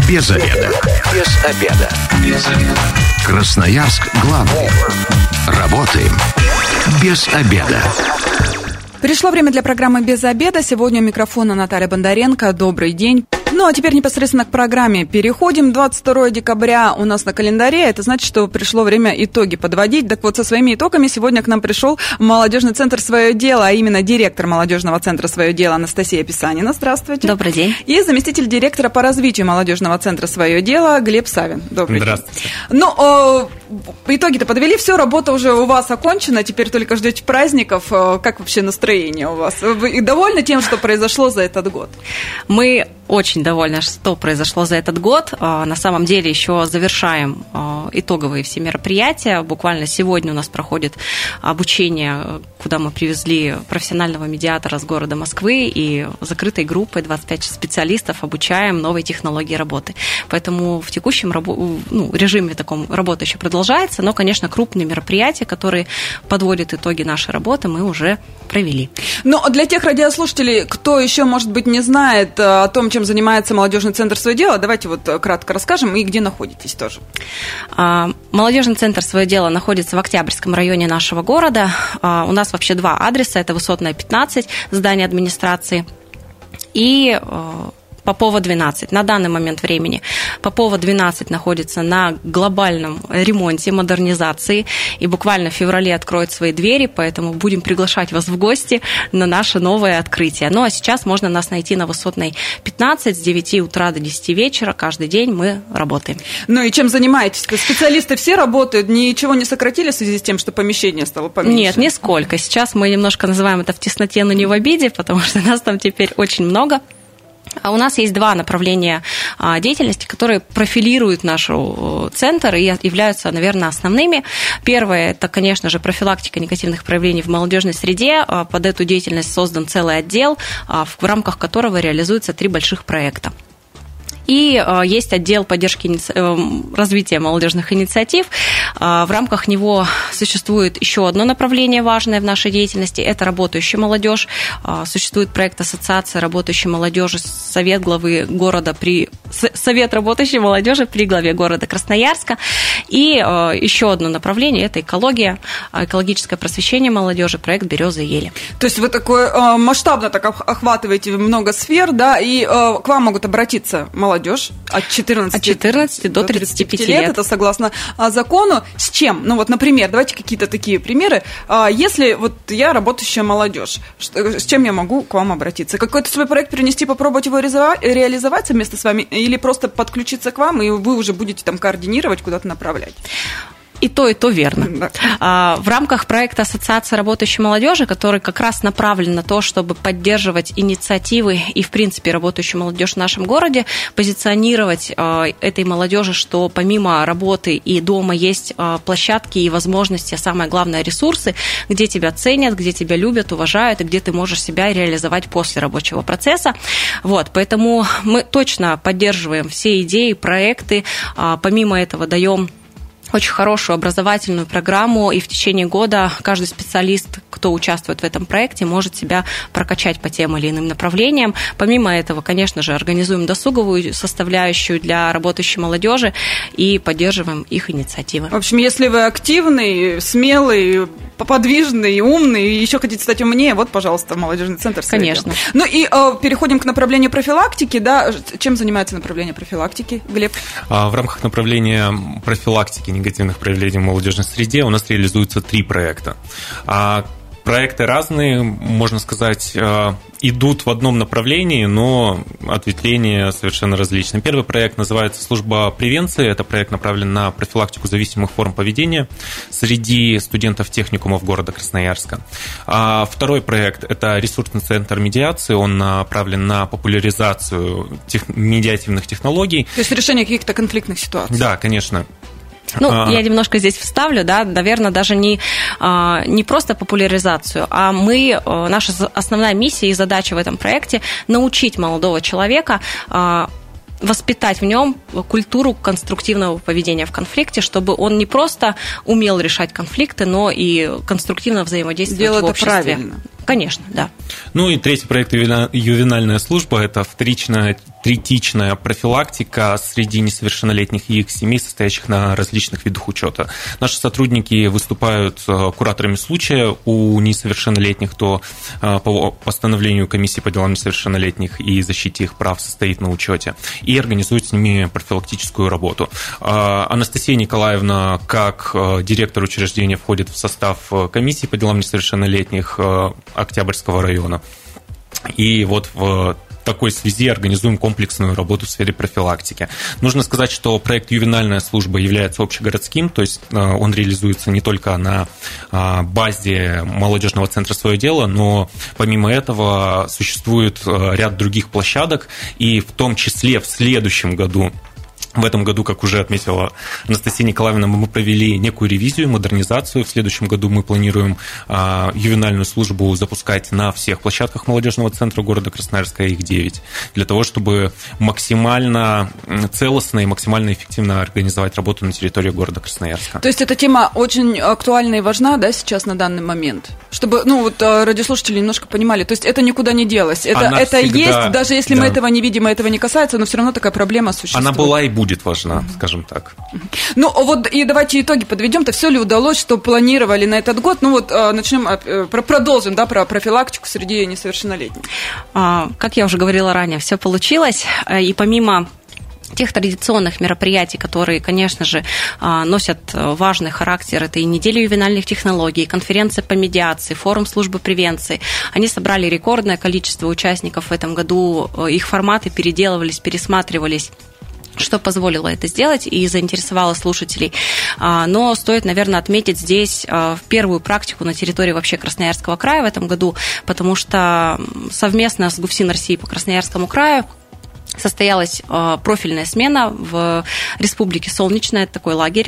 Без обеда. Без обеда. Без обеда. Красноярск главный. Работаем без обеда. Пришло время для программы «Без обеда». Сегодня у микрофона Наталья Бондаренко. Добрый день. Ну, а теперь непосредственно к программе переходим. 22 декабря у нас на календаре. Это значит, что пришло время итоги подводить. Так вот, со своими итогами сегодня к нам пришел молодежный центр «Свое дело», а именно директор молодежного центра «Свое дело» Анастасия Писанина. Здравствуйте. Добрый день. И заместитель директора по развитию молодежного центра «Свое дело» Глеб Савин. Добрый день. Здравствуйте. Ну, итоги-то подвели. Все, работа уже у вас окончена. Теперь только ждете праздников. Как вообще настроение у вас? Вы довольны тем, что произошло за этот год? Мы очень довольны, что произошло за этот год. На самом деле еще завершаем итоговые все мероприятия. Буквально сегодня у нас проходит обучение, куда мы привезли профессионального медиатора с города Москвы и закрытой группой 25 специалистов обучаем новой технологии работы. Поэтому в текущем режиме таком работа еще продолжается, но, конечно, крупные мероприятия, которые подводят итоги нашей работы, мы уже провели. Но для тех радиослушателей, кто еще, может быть, не знает о том, чем занимается молодежный центр «Свое дело», давайте вот кратко расскажем и где находитесь тоже. Молодежный центр «Свое дело» находится в Октябрьском районе нашего города. У нас вообще два адреса. Это Высотная, 15, здание администрации, и Попова, 12. На данный момент времени Попова, 12 находится на глобальном ремонте, модернизации, и буквально в феврале откроет свои двери, поэтому будем приглашать вас в гости на наше новое открытие. Ну, а сейчас можно нас найти на Высотной, 15, с 9 утра до 10 вечера. Каждый день мы работаем. Ну и чем занимаетесь? Специалисты все работают? Ничего не сократили в связи с тем, что помещение стало поменьше? Нет, нисколько. Сейчас мы немножко называем это в тесноте, но не в обиде, потому что нас там теперь очень много. А у нас есть два направления деятельности, которые профилируют наш центр и являются, наверное, основными. Первое – это, конечно же, профилактика негативных проявлений в молодежной среде. Под эту деятельность создан целый отдел, в рамках которого реализуются 3 больших проекта. И есть отдел поддержки развития молодежных инициатив. В рамках него существует еще одно направление важное в нашей деятельности – это работающая молодежь. Существует проект ассоциации работающей молодежи, совет главы города совет работающей молодежи при главе города Красноярска. И еще одно направление – это экология, экологическое просвещение молодежи, проект «Березы и ели». То есть вы такое масштабно так охватываете много сфер, да, и к вам могут обратиться молодежь от 14 до 35 лет. Это согласно закону. С чем? Ну вот, например, давайте какие-то такие примеры. Если вот я работающая молодежь, с чем я могу к вам обратиться? Какой-то свой проект принести, попробовать его реализовать совместно с вами, или просто подключиться к вам, и вы уже будете там координировать, куда-то направлять? И то верно. Да. В рамках проекта Ассоциации работающей молодежи, который как раз направлен на то, чтобы поддерживать инициативы и, в принципе, работающую молодежь в нашем городе, позиционировать этой молодежи, что помимо работы и дома есть площадки и возможности, а самое главное, ресурсы, где тебя ценят, где тебя любят, уважают, и где ты можешь себя реализовать после рабочего процесса. Вот, поэтому мы точно поддерживаем все идеи, проекты. Помимо этого даем очень хорошую образовательную программу, и в течение года каждый специалист, кто участвует в этом проекте, может себя прокачать по тем или иным направлениям. Помимо этого, конечно же, организуем досуговую составляющую для работающей молодежи и поддерживаем их инициативы. В общем, если вы активный, смелый, подвижный, умный, и еще хотите стать умнее, вот, пожалуйста, молодежный центр. Конечно. Ну и переходим к направлению профилактики. Да? Чем занимается направление профилактики, Глеб? В рамках направления профилактики негативных проявлений в молодежной среде у нас реализуются 3 проекта. Проекты разные, можно сказать, идут в одном направлении, но ответвления совершенно различные. Первый проект называется «Служба превенции». Это проект направлен на профилактику зависимых форм поведения среди студентов техникумов города Красноярска. Второй проект – это ресурсный центр медиации. Он направлен на популяризацию медиативных технологий. То есть решение каких-то конфликтных ситуаций. Да, конечно. Ну, я немножко здесь вставлю, да, наверное, даже не просто популяризацию, а наша основная миссия и задача в этом проекте – научить молодого человека воспитать в нем культуру конструктивного поведения в конфликте, чтобы он не просто умел решать конфликты, но и конструктивно взаимодействовать в обществе. Делать это правильно. Конечно, да. Ну и третий проект «Ювенальная служба» – это третичная профилактика среди несовершеннолетних и их семей, состоящих на различных видах учета. Наши сотрудники выступают кураторами случая у несовершеннолетних, кто по постановлению комиссии по делам несовершеннолетних и защите их прав состоит на учете, и организуют с ними профилактическую работу. Анастасия Николаевна, как директор учреждения, входит в состав комиссии по делам несовершеннолетних Октябрьского района. И вот в такой связи организуем комплексную работу в сфере профилактики. Нужно сказать, что проект «Ювенальная служба» является общегородским, то есть он реализуется не только на базе молодежного центра «Свое дело», но помимо этого существует ряд других площадок, и в том числе в следующем году, в этом году, как уже отметила Анастасия Николаевна, мы провели некую ревизию, модернизацию. В следующем году мы планируем ювенальную службу запускать на всех площадках молодежного центра города Красноярска, их 9, для того, чтобы максимально целостно и максимально эффективно организовать работу на территории города Красноярска. То есть эта тема очень актуальна и важна, да, сейчас на данный момент? Чтобы, радиослушатели немножко понимали, то есть это никуда не делось. Это всегда есть, даже если мы этого не видим, и этого не касается, но все равно такая проблема существует. Она была и будет важна, скажем так. Ну вот и давайте итоги подведем-то, все ли удалось, что планировали на этот год. Продолжим, да, про профилактику среди несовершеннолетних. Как я уже говорила ранее, все получилось, и помимо тех традиционных мероприятий, которые, конечно же, носят важный характер, это и неделя ювенальных технологий, конференция по медиации, форум службы превенции. Они собрали рекордное количество участников в этом году, их форматы переделывались, пересматривались, что позволило это сделать и заинтересовало слушателей. Но стоит, наверное, отметить здесь первую практику на территории вообще Красноярского края в этом году, потому что совместно с ГУФСИН России по Красноярскому краю состоялась профильная смена в Республике Солнечная, это такой лагерь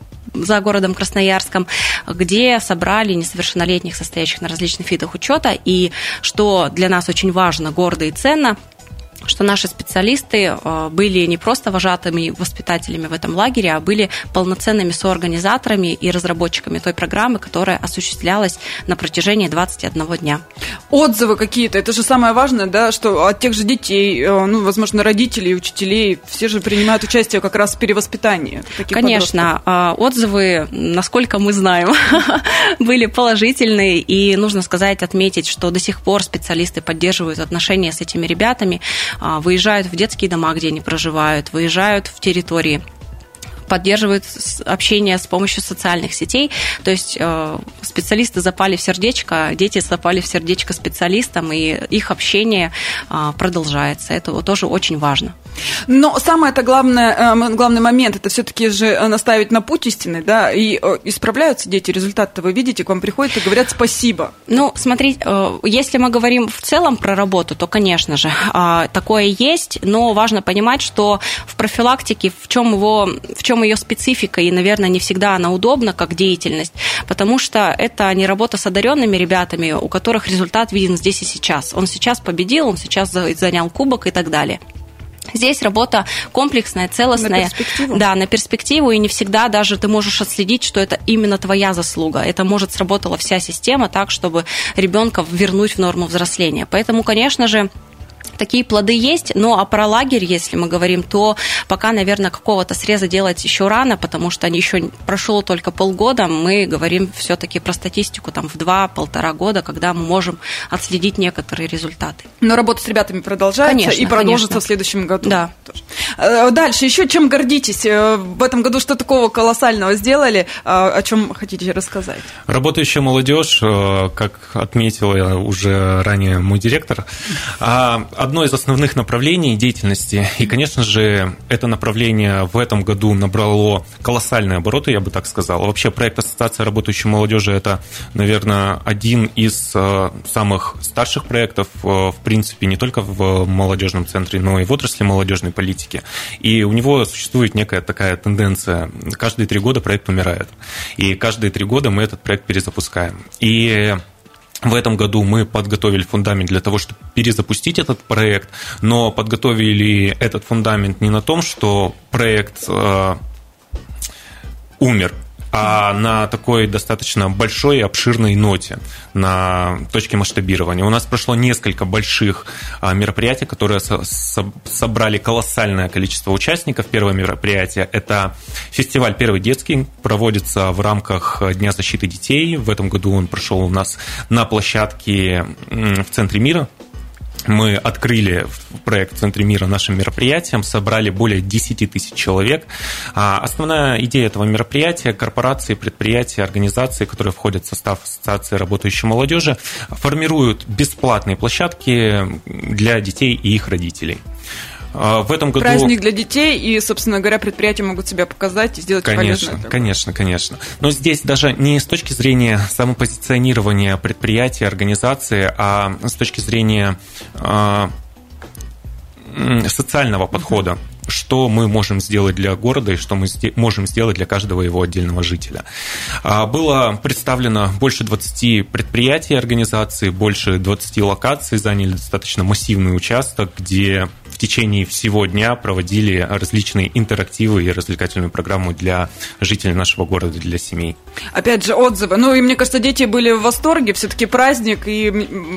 за городом Красноярском, где собрали несовершеннолетних, состоящих на различных видах учета, и что для нас очень важно, гордо и ценно, что наши специалисты были не просто вожатыми воспитателями в этом лагере, а были полноценными соорганизаторами и разработчиками той программы, которая осуществлялась на протяжении 21 дня. Отзывы какие-то, это же самое важное, да, что от тех же детей, возможно, родителей, учителей, все же принимают участие как раз в перевоспитании. Конечно, отзывы, насколько мы знаем, были положительные, и нужно сказать, отметить, что до сих пор специалисты поддерживают отношения с этими ребятами, выезжают в детские дома, где они проживают, выезжают в территории, поддерживают общение с помощью социальных сетей. То есть специалисты запали в сердечко, дети запали в сердечко специалистам, и их общение продолжается. Это тоже очень важно. Но самое-то главный момент, это все-таки же наставить на путь истины, да, и исправляются дети, результат-то вы видите, к вам приходят и говорят спасибо. Ну, смотрите, если мы говорим в целом про работу, то, конечно же, такое есть, но важно понимать, что в профилактике, в чем ее специфика, и, наверное, не всегда она удобна как деятельность, потому что это не работа с одаренными ребятами, у которых результат виден здесь и сейчас. Он сейчас победил, он сейчас занял кубок и так далее. Здесь работа комплексная, целостная. На перспективу. Да, на перспективу, и не всегда даже ты можешь отследить, что это именно твоя заслуга. Это может сработала вся система так, чтобы ребенка вернуть в норму взросления. Поэтому, конечно же, такие плоды есть, но про лагерь, если мы говорим, то пока, наверное, какого-то среза делать еще рано, потому что еще прошло только полгода, мы говорим все-таки про статистику там, в 2-1,5 года, когда мы можем отследить некоторые результаты. Но работа с ребятами продолжается, конечно, и продолжится, конечно, в следующем году. Да. Дальше, еще чем гордитесь? В этом году что такого колоссального сделали? О чем хотите рассказать? Работающая молодежь, как отметила уже ранее мой директор, одно из основных направлений деятельности, и, конечно же, это направление в этом году набрало колоссальные обороты, я бы так сказал. Вообще, проект Ассоциации работающей молодежи – это, наверное, один из самых старших проектов, в принципе, не только в молодежном центре, но и в отрасли молодежной политики. И у него существует некая такая тенденция. Каждые 3 года проект умирает. И каждые 3 года мы этот проект перезапускаем. И в этом году мы подготовили фундамент для того, чтобы перезапустить этот проект, но подготовили этот фундамент не на том, что проект умер. а на такой достаточно большой и обширной ноте, на точке масштабирования. У нас прошло несколько больших мероприятий, которые собрали колоссальное количество участников. Первое мероприятие – это фестиваль «Первый детский», проводится в рамках Дня защиты детей. В этом году он прошел у нас на площадке в Центре мира. Мы открыли проект в Центре мира нашим мероприятием, собрали более 10 тысяч человек. Основная идея этого мероприятия – корпорации, предприятия, организации, которые входят в состав Ассоциации работающей молодежи, формируют бесплатные площадки для детей и их родителей. В этом году... Праздник для детей, и, собственно говоря, предприятия могут себя показать и сделать полезное. Конечно. Но здесь даже не с точки зрения самопозиционирования предприятия, организации, а с точки зрения социального подхода. Что мы можем сделать для города и что мы можем сделать для каждого его отдельного жителя. Было представлено больше 20 предприятий, организаций, больше 20 локаций, заняли достаточно массивный участок, где в течение всего дня проводили различные интерактивы и развлекательную программу для жителей нашего города, для семей. Опять же, отзывы. Ну, и мне кажется, дети были в восторге, все-таки праздник, и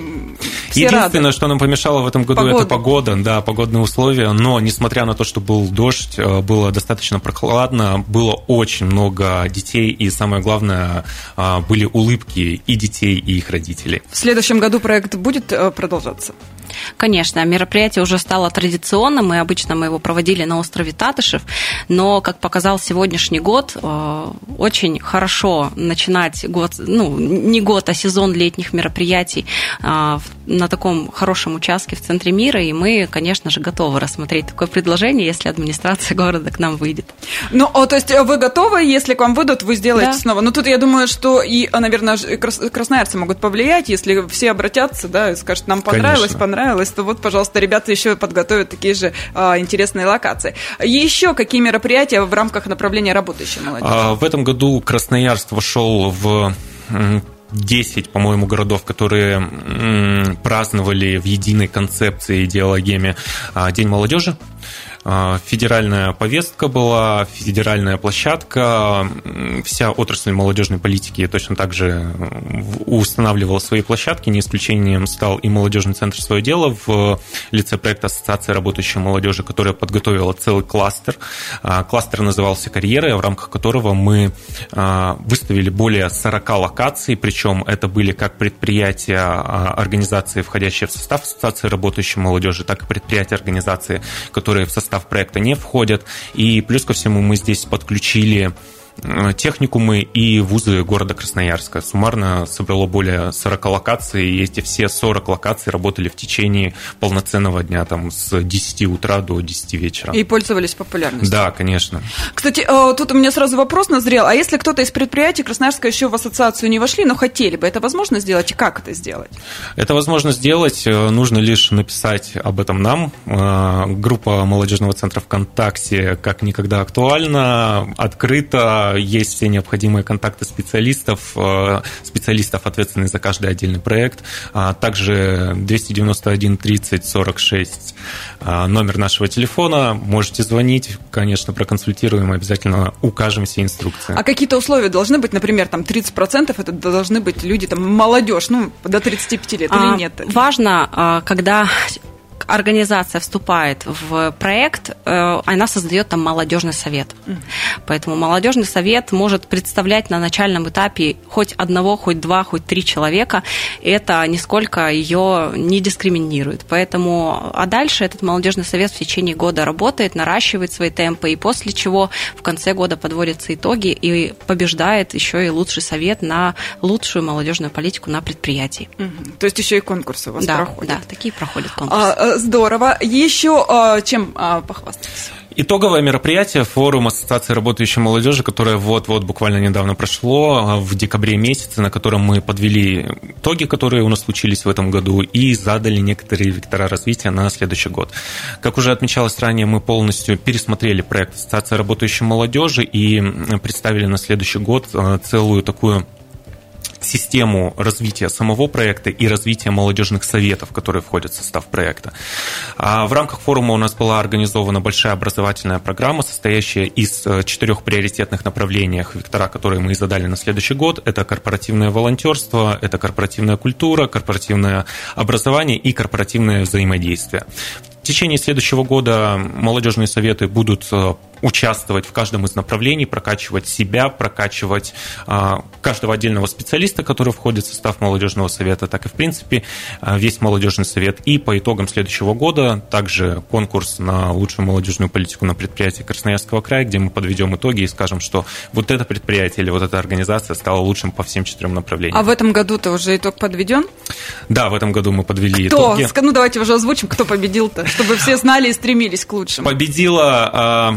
все единственное, рады. что нам помешало в этом году, это погода, да, погодные условия, но несмотря на то, что был дождь, было достаточно прохладно, было очень много детей, и самое главное, были улыбки и детей, и их родителей. В следующем году проект будет продолжаться? Конечно, мероприятие уже стало традиционным, и обычно мы его проводили на острове Татышев, но, как показал сегодняшний год, очень хорошо начинать год, ну, не год, а сезон летних мероприятий на таком хорошем участке в Центре мира, и мы, конечно же, готовы рассмотреть такое предложение, если администрация города к нам выйдет. Ну, то есть вы готовы, если к вам выйдут, вы сделаете снова? Ну, тут я думаю, что и, наверное, красноярцы могут повлиять, если все обратятся, да, и скажут, нам понравилось, то вот, пожалуйста, ребята еще подготовят такие же интересные локации. Еще какие мероприятия в рамках направления работающей молодежи? В этом году Красноярск вошел в 10, по-моему, городов, которые праздновали в единой концепции идеологеми День молодежи. Федеральная повестка была, федеральная площадка, вся отрасль молодежной политики точно так же устанавливала свои площадки, не исключением стал и молодежный центр «Свое дело» в лице проекта Ассоциации работающей молодежи, которая подготовила целый кластер. Кластер назывался «Карьера», в рамках которого мы выставили более 40 локаций, причем это были как предприятия, организации, входящие в состав Ассоциации работающей молодежи, так и предприятия, организации, которые в состав проекта не входят. И плюс ко всему мы здесь подключили техникумы и вузы города Красноярска. Суммарно собрало более 40 локаций, и эти все 40 локаций работали в течение полноценного дня, там, с 10 утра до 10 вечера. И пользовались популярностью. Да, конечно. Кстати, тут у меня сразу вопрос назрел. А если кто-то из предприятий Красноярска еще в ассоциацию не вошли, но хотели бы, это возможно сделать? И как это сделать? Это возможно сделать, нужно лишь написать об этом нам. Группа молодежного центра ВКонтакте как никогда актуальна, открыта, есть все необходимые контакты специалистов, ответственных за каждый отдельный проект. Также 291 30 46 номер нашего телефона. Можете звонить, конечно, проконсультируем, обязательно укажем все инструкции. А какие-то условия должны быть? Например, там 30% это должны быть люди, там, молодежь, ну, до 35 лет или нет? Важно, когда организация вступает в проект, она создает там молодежный совет. Поэтому молодежный совет может представлять на начальном этапе хоть одного, хоть два, хоть три человека. Это нисколько ее не дискриминирует. Поэтому, а дальше этот молодежный совет в течение года работает, наращивает свои темпы, и после чего в конце года подводятся итоги, и побеждает еще и лучший совет на лучшую молодежную политику на предприятии. То есть еще и конкурсы у вас проходят? Да, такие проходят конкурсы. Здорово. Еще чем похвастаться? Итоговое мероприятие, форум Ассоциации работающей молодежи, которое вот-вот буквально недавно прошло, в декабре месяце, на котором мы подвели итоги, которые у нас случились в этом году, и задали некоторые вектора развития на следующий год. Как уже отмечалось ранее, мы полностью пересмотрели проект Ассоциации работающей молодежи и представили на следующий год целую такую систему развития самого проекта и развития молодежных советов, которые входят в состав проекта. В рамках форума у нас была организована большая образовательная программа, состоящая из 4 приоритетных направлений, вектора, которые мы задали на следующий год. Это корпоративное волонтерство, это корпоративная культура, корпоративное образование и корпоративное взаимодействие. В течение следующего года молодежные советы будут участвовать в каждом из направлений, прокачивать себя, прокачивать каждого отдельного специалиста, который входит в состав молодежного совета, так и, в принципе, весь молодежный совет. И по итогам следующего года также конкурс на лучшую молодежную политику на предприятии Красноярского края, где мы подведем итоги и скажем, что вот это предприятие или вот эта организация стала лучшим по всем 4 направлениям. А в этом году-то уже итог подведен? Да, в этом году мы подвели итоги. Ну, давайте уже озвучим, кто победил-то, чтобы все знали и стремились к лучшему. Победила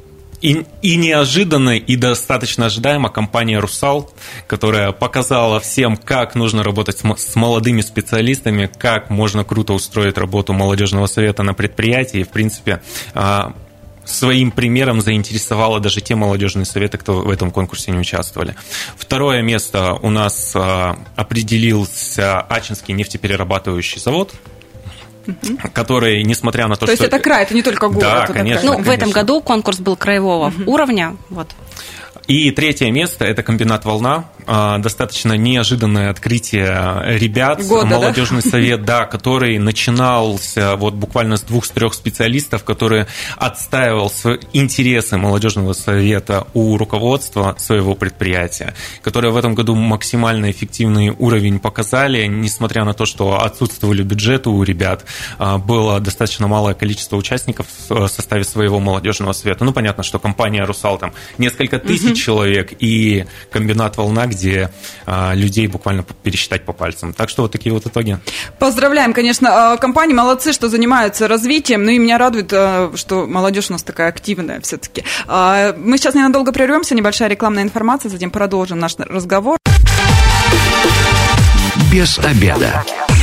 и неожиданно, и достаточно ожидаемо компания «Русал», которая показала всем, как нужно работать с молодыми специалистами, как можно круто устроить работу молодежного совета на предприятии. И, в принципе, своим примером заинтересовала даже те молодежные советы, кто в этом конкурсе не участвовали. Второе место у нас определился Ачинский нефтеперерабатывающий завод, который, несмотря на то, что... То есть это край, это не только город. Да, конечно. В этом году конкурс был краевого уровня. Вот. И третье место – это комбинат «Волна». Достаточно неожиданное открытие ребят. Молодежный совет, который начинался вот буквально с 2-3 специалистов, которые отстаивал интересы молодежного совета у руководства своего предприятия, которые в этом году максимально эффективный уровень показали, несмотря на то, что отсутствовали бюджеты у ребят, было достаточно малое количество участников в составе своего молодежного совета. Ну, понятно, что компания «Русал» там несколько тысяч человек, и комбинат «Волна», где людей буквально пересчитать по пальцам. Так что вот такие вот итоги. Поздравляем, конечно, компании, молодцы, что занимаются развитием, ну и меня радует, что молодежь у нас такая активная все-таки. Мы сейчас ненадолго прервемся, небольшая рекламная информация, затем продолжим наш разговор. Без обеда.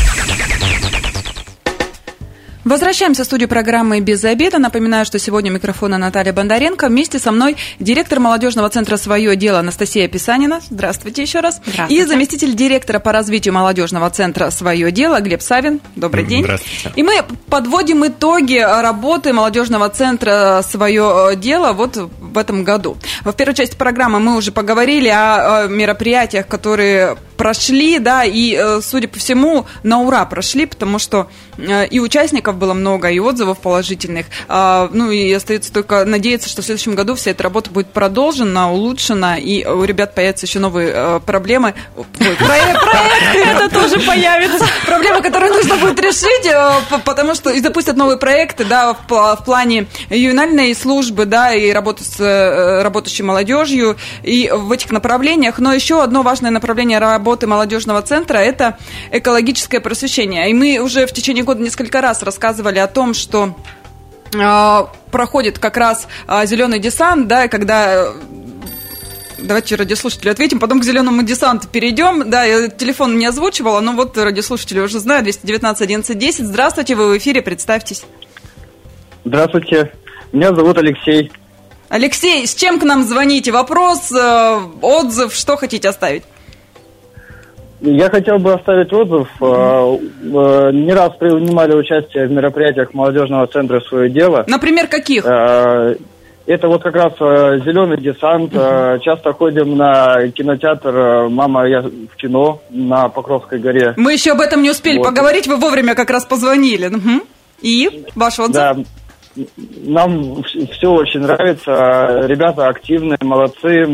Возвращаемся в студию программы «Без обеда». Напоминаю, что сегодня у микрофона Наталья Бондаренко. Вместе со мной директор молодежного центра «Свое дело» Анастасия Писанина. Здравствуйте еще раз. Здравствуйте. И заместитель директора по развитию молодежного центра «Свое дело» Глеб Савин. Добрый день. Здравствуйте. И мы подводим итоги работы молодежного центра «Свое дело» вот в этом году. В первой части программы мы уже поговорили о мероприятиях, которые прошли, да, и, судя по всему, на ура прошли, потому что и участников было много, и отзывов положительных. Ну, и остается только надеяться, что в следующем году вся эта работа будет продолжена, улучшена, и у ребят появятся еще новые проблемы. Проекты это тоже появятся. Проблемы, которые нужно будет решить, потому что и запустят новые проекты, да, в плане ювенальной службы, да, и работы с работающей молодежью, и в этих направлениях. Но еще одно важное направление работы молодежного центра – это экологическое просвещение. И мы уже в течение года несколько раз рассказывали о том, что проходит как раз зеленый десант, да, когда... Давайте радиослушателю ответим, потом к зеленому десанту перейдем. Да, я телефон не озвучивала, но вот радиослушатели уже знают, 219-11-10. Здравствуйте, вы в эфире, представьтесь. Здравствуйте, меня зовут Алексей. Алексей, с чем к нам звоните? Вопрос, отзыв, что хотите оставить? Я хотел бы оставить отзыв. Не раз принимали участие в мероприятиях молодежного центра «Свое дело». Например, каких? Это вот как раз «Зеленый десант». Часто ходим на кинотеатр «Мама, я в кино» на Покровской горе. Мы еще об этом не успели поговорить, вы вовремя как раз позвонили. И ваш отзыв? Да, нам все очень нравится. Ребята активные, молодцы.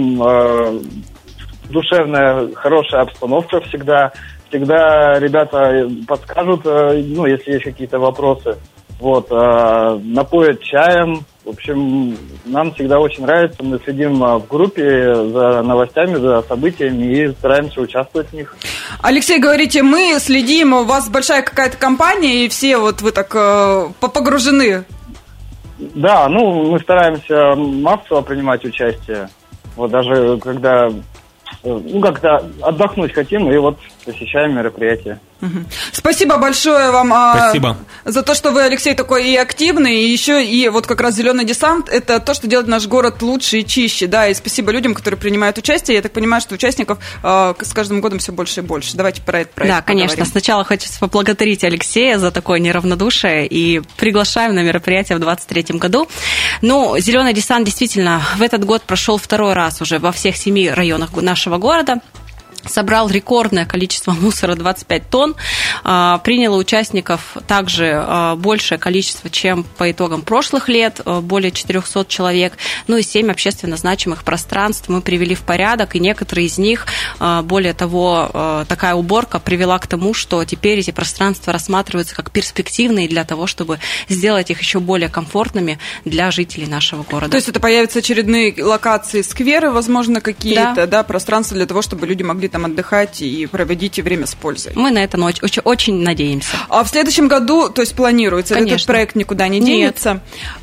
Душевная, хорошая обстановка всегда. Всегда ребята подскажут, ну, если есть какие-то вопросы. Вот, напоят чаем. В общем, нам всегда очень нравится. Мы следим в группе за новостями, за событиями и стараемся участвовать в них. Алексей, говорите, мы следим, у вас большая какая-то компания, и все вот вы так погружены. Да, ну, мы стараемся массово принимать участие. Вот даже когда... Ну, как-то отдохнуть хотим, и вот посещаем мероприятия. Спасибо большое вам Спасибо. За то, что вы, Алексей, такой и активный, и еще и вот как раз «Зеленый десант» – это то, что делает наш город лучше и чище, да, и спасибо людям, которые принимают участие. Я так понимаю, что участников с каждым годом все больше и больше. Давайте про этот проект поговорим. Конечно. Сначала хочется поблагодарить Алексея за такое неравнодушие и приглашаем на мероприятие в 2023 году. Ну, «Зеленый десант» действительно в этот год прошел второй раз уже во всех 7 районах нашего города. Собрал рекордное количество мусора, 25 тонн. Приняло участников также большее количество, чем по итогам прошлых лет, более 400 человек. Ну и 7 общественно значимых пространств мы привели в порядок, и некоторые из них, более того, такая уборка привела к тому, что теперь эти пространства рассматриваются как перспективные для того, чтобы сделать их еще более комфортными для жителей нашего города. То есть это появятся очередные локации, скверы, возможно, какие-то, да, пространства для того, чтобы люди могли там отдыхать и проводить время с пользой. Мы на это очень надеемся. А в следующем году, то есть планируется, этот проект никуда не денется?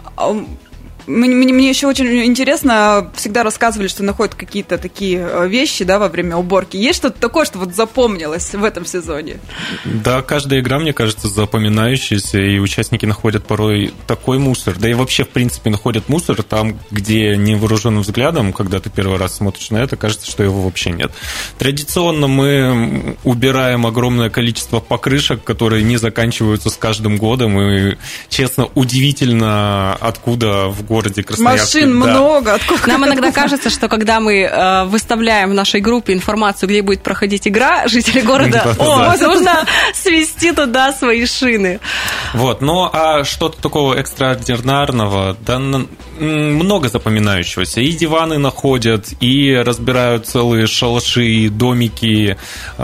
Мне еще очень интересно, всегда рассказывали, что находят какие-то такие вещи, да, во время уборки. Есть что-то такое, что вот запомнилось в этом сезоне? Да, каждая игра, мне кажется, запоминающаяся, и участники находят порой такой мусор. Да и вообще, в принципе, находят мусор там, где невооруженным взглядом, когда ты первый раз смотришь на это, кажется, что его вообще нет. Традиционно мы убираем огромное количество покрышек, которые не заканчиваются с каждым годом, и, честно, удивительно, откуда в городе Красноярске. Машин много. Откуда? Нам иногда кажется, что когда мы выставляем в нашей группе информацию, где будет проходить игра, жители города, нужно свести туда свои шины. Вот, ну а что-то такого экстраординарного, да, много запоминающегося. И диваны находят, и разбирают целые шалаши, домики.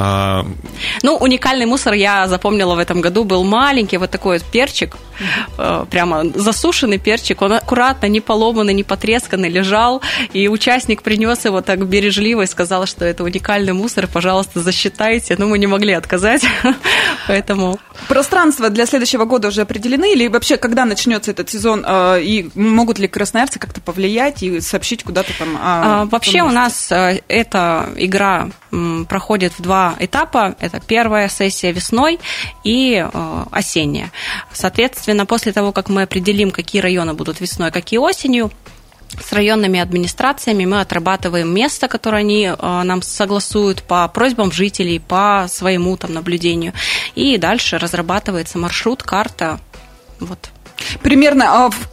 Ну, уникальный мусор я запомнила в этом году. Был маленький вот такой вот перчик, прямо засушенный перчик. Он аккуратно, не поломанный, не потресканный лежал, и участник принес его так бережливо и сказал, что это уникальный мусор, пожалуйста, засчитайте. Ну, мы не могли отказать, поэтому... Пространство для следующего года уже определены, или вообще, когда начнется этот сезон, и могут ли красноярцы как-то повлиять и сообщить куда-то там? Вообще у нас эта игра проходит в 2 этапа. Это первая сессия весной и осенняя. Соответственно, после того, как мы определим, какие районы будут весной, какие осенью, с районными администрациями мы отрабатываем место, которое они нам согласуют по просьбам жителей, по своему там наблюдению. И дальше разрабатывается маршрут, карта. Вот. Примерно в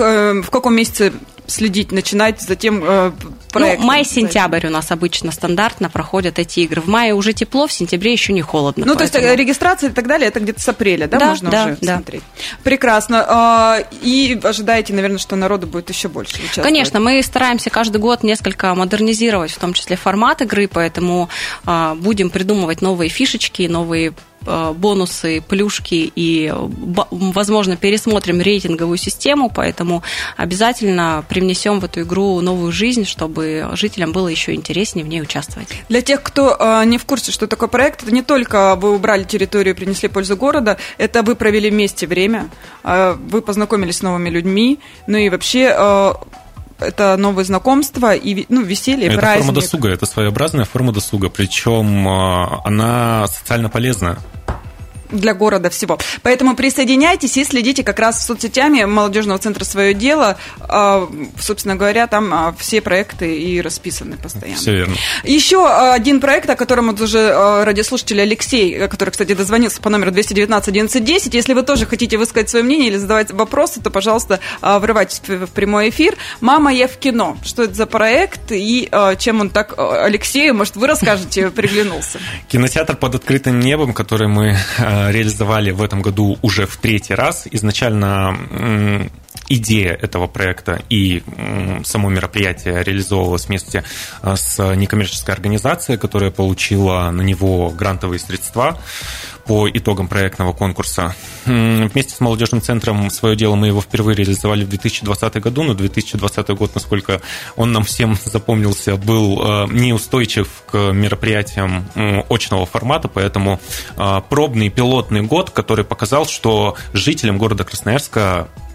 каком месяце следить, начинать, затем проект? Ну, май-сентябрь у нас обычно стандартно проходят эти игры. В мае уже тепло, в сентябре еще не холодно. Ну, поэтому... то есть регистрация и так далее, это где-то с апреля, да, можно уже смотреть? Прекрасно. И ожидаете, наверное, что народу будет еще больше участвовать? Конечно, мы стараемся каждый год несколько модернизировать, в том числе формат игры, поэтому будем придумывать новые фишечки, новые бонусы, плюшки и, возможно, пересмотрим рейтинговую систему, поэтому обязательно привнесем в эту игру новую жизнь, чтобы жителям было еще интереснее в ней участвовать. Для тех, кто не в курсе, что такое проект, это не только вы убрали территорию, принесли пользу города, это вы провели вместе время, вы познакомились с новыми людьми, ну и вообще... Это новые знакомства и веселье, праздник. Это форма досуга, это своеобразная форма досуга, причем она социально полезная. Для города всего. Поэтому присоединяйтесь и следите как раз в соцсетями молодежного центра «Свое дело». Собственно говоря, там все проекты и расписаны постоянно. Все верно. Еще один проект, о котором вот уже радиослушатель Алексей, который, кстати, дозвонился по номеру 219-11-10. Если вы тоже хотите высказать свое мнение или задавать вопросы, то, пожалуйста, врывайтесь в прямой эфир. «Мама, я в кино». Что это за проект и чем он так Алексею, может, вы расскажете, приглянулся? Кинотеатр под открытым небом, который мы реализовали в этом году уже в 3-й раз. Изначально идея этого проекта и само мероприятие реализовывалось вместе с некоммерческой организацией, которая получила на него грантовые средства по итогам проектного конкурса. Вместе с молодежным центром «Свое дело» мы его впервые реализовали в 2020 году, но 2020 год, насколько он нам всем запомнился, был неустойчив к мероприятиям очного формата, поэтому пробный пилотный год, который показал, что жителям города Красноярска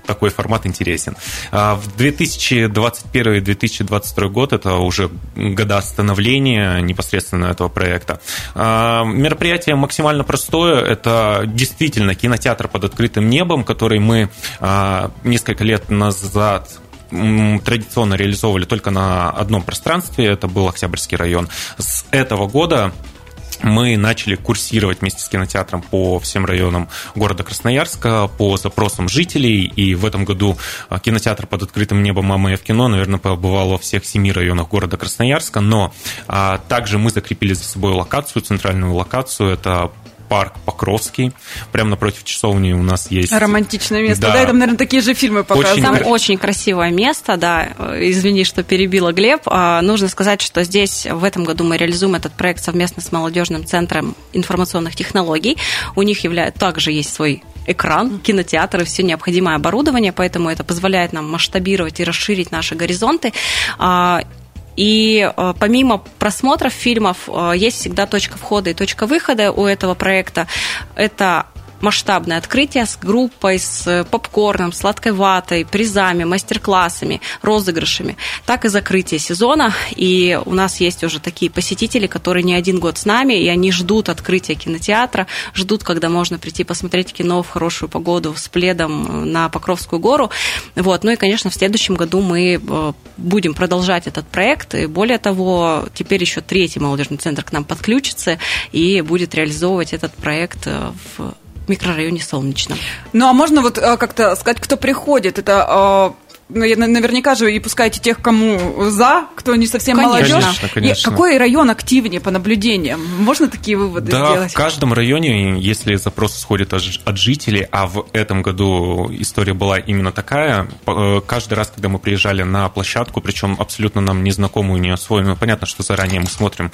такой формат интересен. В 2021 и 2022 год это уже года становления непосредственно этого проекта. Мероприятие максимально простое. Это действительно кинотеатр под открытым небом, который мы несколько лет назад традиционно реализовывали только на одном пространстве, это был Октябрьский район. С этого года мы начали курсировать вместе с кинотеатром по всем районам города Красноярска по запросам жителей, и в этом году кинотеатр под открытым небом АМФ Кино, наверное, побывал во всех 7 районах города Красноярска, но также мы закрепили за собой локацию, центральную локацию, это парк Покровский, прямо напротив часовни у нас есть... Романтичное место, да, и там, наверное, такие же фильмы показывают. Там очень красивое место, да, извини, что перебила, Глеб. Нужно сказать, что здесь в этом году мы реализуем этот проект совместно с молодежным центром информационных технологий. У них также есть свой экран, кинотеатр и все необходимое оборудование, поэтому это позволяет нам масштабировать и расширить наши горизонты. И помимо просмотров фильмов есть всегда точка входа и точка выхода у этого проекта. Это масштабное открытие с группой, с попкорном, сладкой ватой, призами, мастер-классами, розыгрышами, так и закрытие сезона. И у нас есть уже такие посетители, которые не один год с нами, и они ждут открытия кинотеатра, ждут, когда можно прийти посмотреть кино в хорошую погоду с пледом на Покровскую гору. Вот. Ну и, конечно, в следующем году мы будем продолжать этот проект. И более того, теперь еще 3-й молодежный центр к нам подключится и будет реализовывать этот проект в микрорайоне Солнечном. Ну, а можно вот как-то сказать, кто приходит? Это наверняка же и пускаете тех, кому за, кто не совсем молодежь. Конечно. Какой район активнее по наблюдениям? Можно такие выводы сделать? Да, в каждом районе, если запрос исходит от жителей, а в этом году история была именно такая, каждый раз, когда мы приезжали на площадку, причем абсолютно нам незнакомую, не освоенную, понятно, что заранее мы смотрим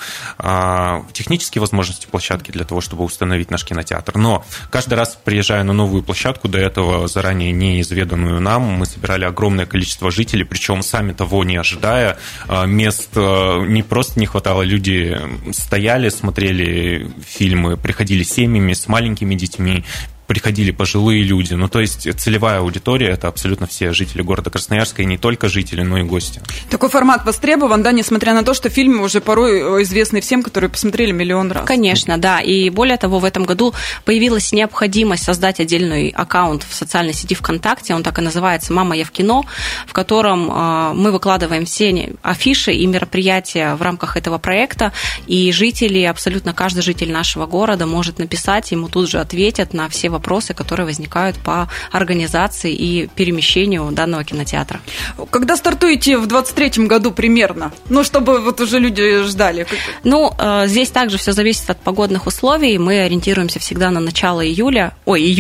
технические возможности площадки для того, чтобы установить наш кинотеатр, но каждый раз, приезжая на новую площадку, до этого заранее неизведанную нам, мы собирали огромное количество жителей, причем сами того не ожидая. Мест не просто не хватало, люди стояли, смотрели фильмы, приходили семьями с маленькими детьми, приходили пожилые люди. Ну, то есть целевая аудитория – это абсолютно все жители города Красноярска, и не только жители, но и гости. Такой формат востребован, да, несмотря на то, что фильмы уже порой известны всем, которые посмотрели миллион раз. Конечно, да. И более того, в этом году появилась необходимость создать отдельный аккаунт в социальной сети ВКонтакте, он так и называется «Мама, я в кино», в котором мы выкладываем все афиши и мероприятия в рамках этого проекта, и жители, абсолютно каждый житель нашего города может написать, ему тут же ответят на все вопросы, которые возникают по организации и перемещению данного кинотеатра. Когда стартуете в 2023 году примерно? Ну, чтобы вот уже люди ждали. Ну, здесь также все зависит от погодных условий. Мы ориентируемся всегда на начало июня.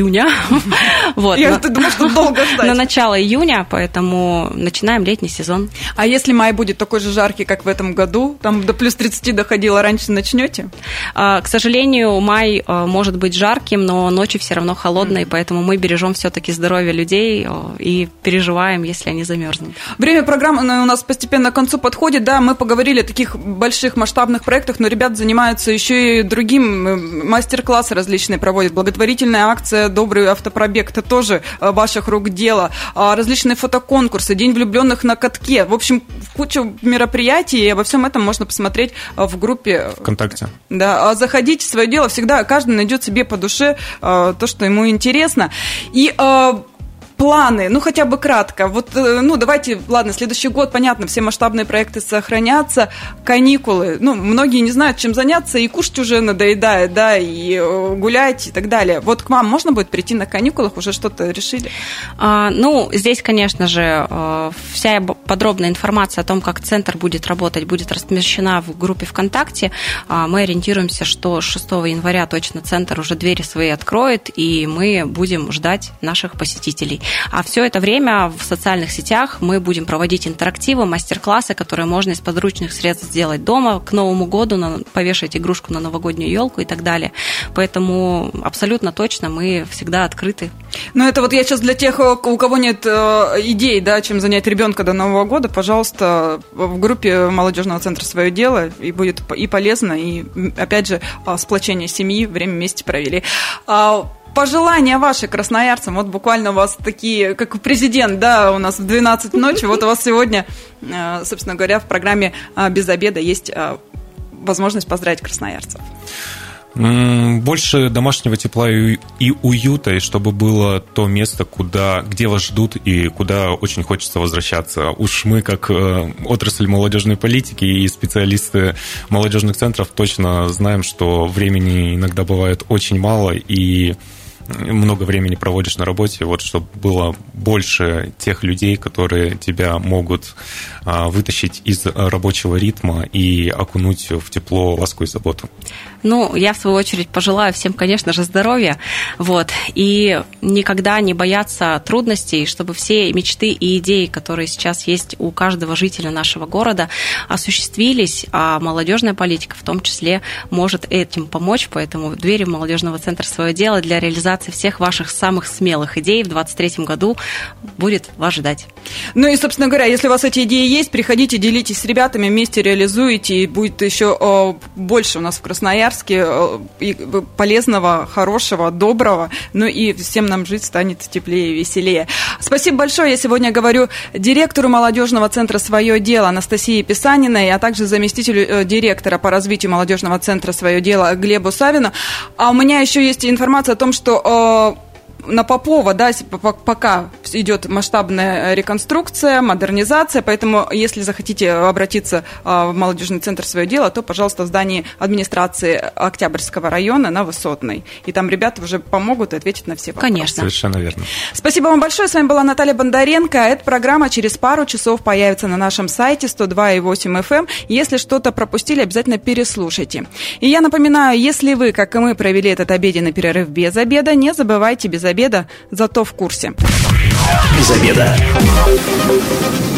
Я думаю, что долго ждать. На начало июня, поэтому начинаем летний сезон. А если май будет такой же жаркий, как в этом году, там до плюс 30 доходило, раньше начнете? К сожалению, май может быть жарким, но ночи все равно холодные, поэтому мы бережем все-таки здоровье людей и переживаем, если они замерзнут. Время программы у нас постепенно к концу подходит. Да, мы поговорили о таких больших масштабных проектах, но ребята занимаются еще и другим. Мастер-классы различные проводят. Благотворительная акция «Добрый автопробег» – это тоже ваших рук дело. Различные фотоконкурсы, День влюбленных на катке. В общем, кучу мероприятий, и обо всем этом можно посмотреть в группе ВКонтакте. Да, заходите, свое дело. Всегда каждый найдет себе по душе то, что ему интересно. И планы, ну, хотя бы кратко. Вот, ну, давайте, ладно, следующий год, понятно, все масштабные проекты сохранятся, каникулы, ну, многие не знают, чем заняться, и кушать уже надоедает, да, и гулять, и так далее. Вот к вам можно будет прийти на каникулах, уже что-то решили? Ну, здесь, конечно же, вся подробная информация о том, как центр будет работать, будет размещена в группе ВКонтакте. Мы ориентируемся, что 6 января точно центр уже двери свои откроет, и мы будем ждать наших посетителей. А все это время в социальных сетях мы будем проводить интерактивы, мастер-классы, которые можно из подручных средств сделать дома, к Новому году повешать игрушку на новогоднюю елку и так далее. Поэтому абсолютно точно мы всегда открыты. Ну, это вот я сейчас для тех, у кого нет идей, да, чем занять ребенка до Нового года, пожалуйста, в группе молодежного центра «Свое дело», и будет и полезно, и, опять же, сплочение семьи, время вместе провели. пожелания ваши красноярцам, вот буквально у вас такие, как президент, да, у нас в 12 ночи, вот у вас сегодня, собственно говоря, в программе «Без обеда» есть возможность поздравить красноярцев. Больше домашнего тепла и уюта, и чтобы было то место, где вас ждут и куда очень хочется возвращаться. Уж мы, как отрасль молодежной политики и специалисты молодежных центров, точно знаем, что времени иногда бывает очень мало, и много времени проводишь на работе, вот, чтобы было больше тех людей, которые тебя могут вытащить из рабочего ритма и окунуть в тепло, ласку и заботу. Ну, я, в свою очередь, пожелаю всем, конечно же, здоровья, вот, и никогда не бояться трудностей, чтобы все мечты и идеи, которые сейчас есть у каждого жителя нашего города, осуществились, а молодежная политика в том числе может этим помочь, поэтому двери молодежного центра «Свое дело» для реализации всех ваших самых смелых идей в 2023 году будет вас ждать. Ну и, собственно говоря, если у вас эти идеи есть, приходите, делитесь с ребятами, вместе реализуете, и будет еще больше у нас в Красноярске полезного, хорошего, доброго, ну и всем нам жить станет теплее и веселее. Спасибо большое. Я сегодня говорю директору молодежного центра «Свое дело» Анастасии Писаниной, а также заместителю директора по развитию молодежного центра «Свое дело» Глебу Савину. А у меня еще есть информация о том, что на Попова, да, пока идет масштабная реконструкция, модернизация, поэтому если захотите обратиться в молодежный центр «Свое дело», то, пожалуйста, в здании администрации Октябрьского района на Высотной. И там ребята уже помогут и ответят на все вопросы. Конечно. Совершенно верно. Спасибо вам большое. С вами была Наталья Бондаренко. Эта программа через пару часов появится на нашем сайте 102.8 FM. Если что-то пропустили, обязательно переслушайте. И я напоминаю, если вы, как и мы, провели этот обеденный перерыв без обеда, не забывайте без обеда, зато в курсе. Без обеда.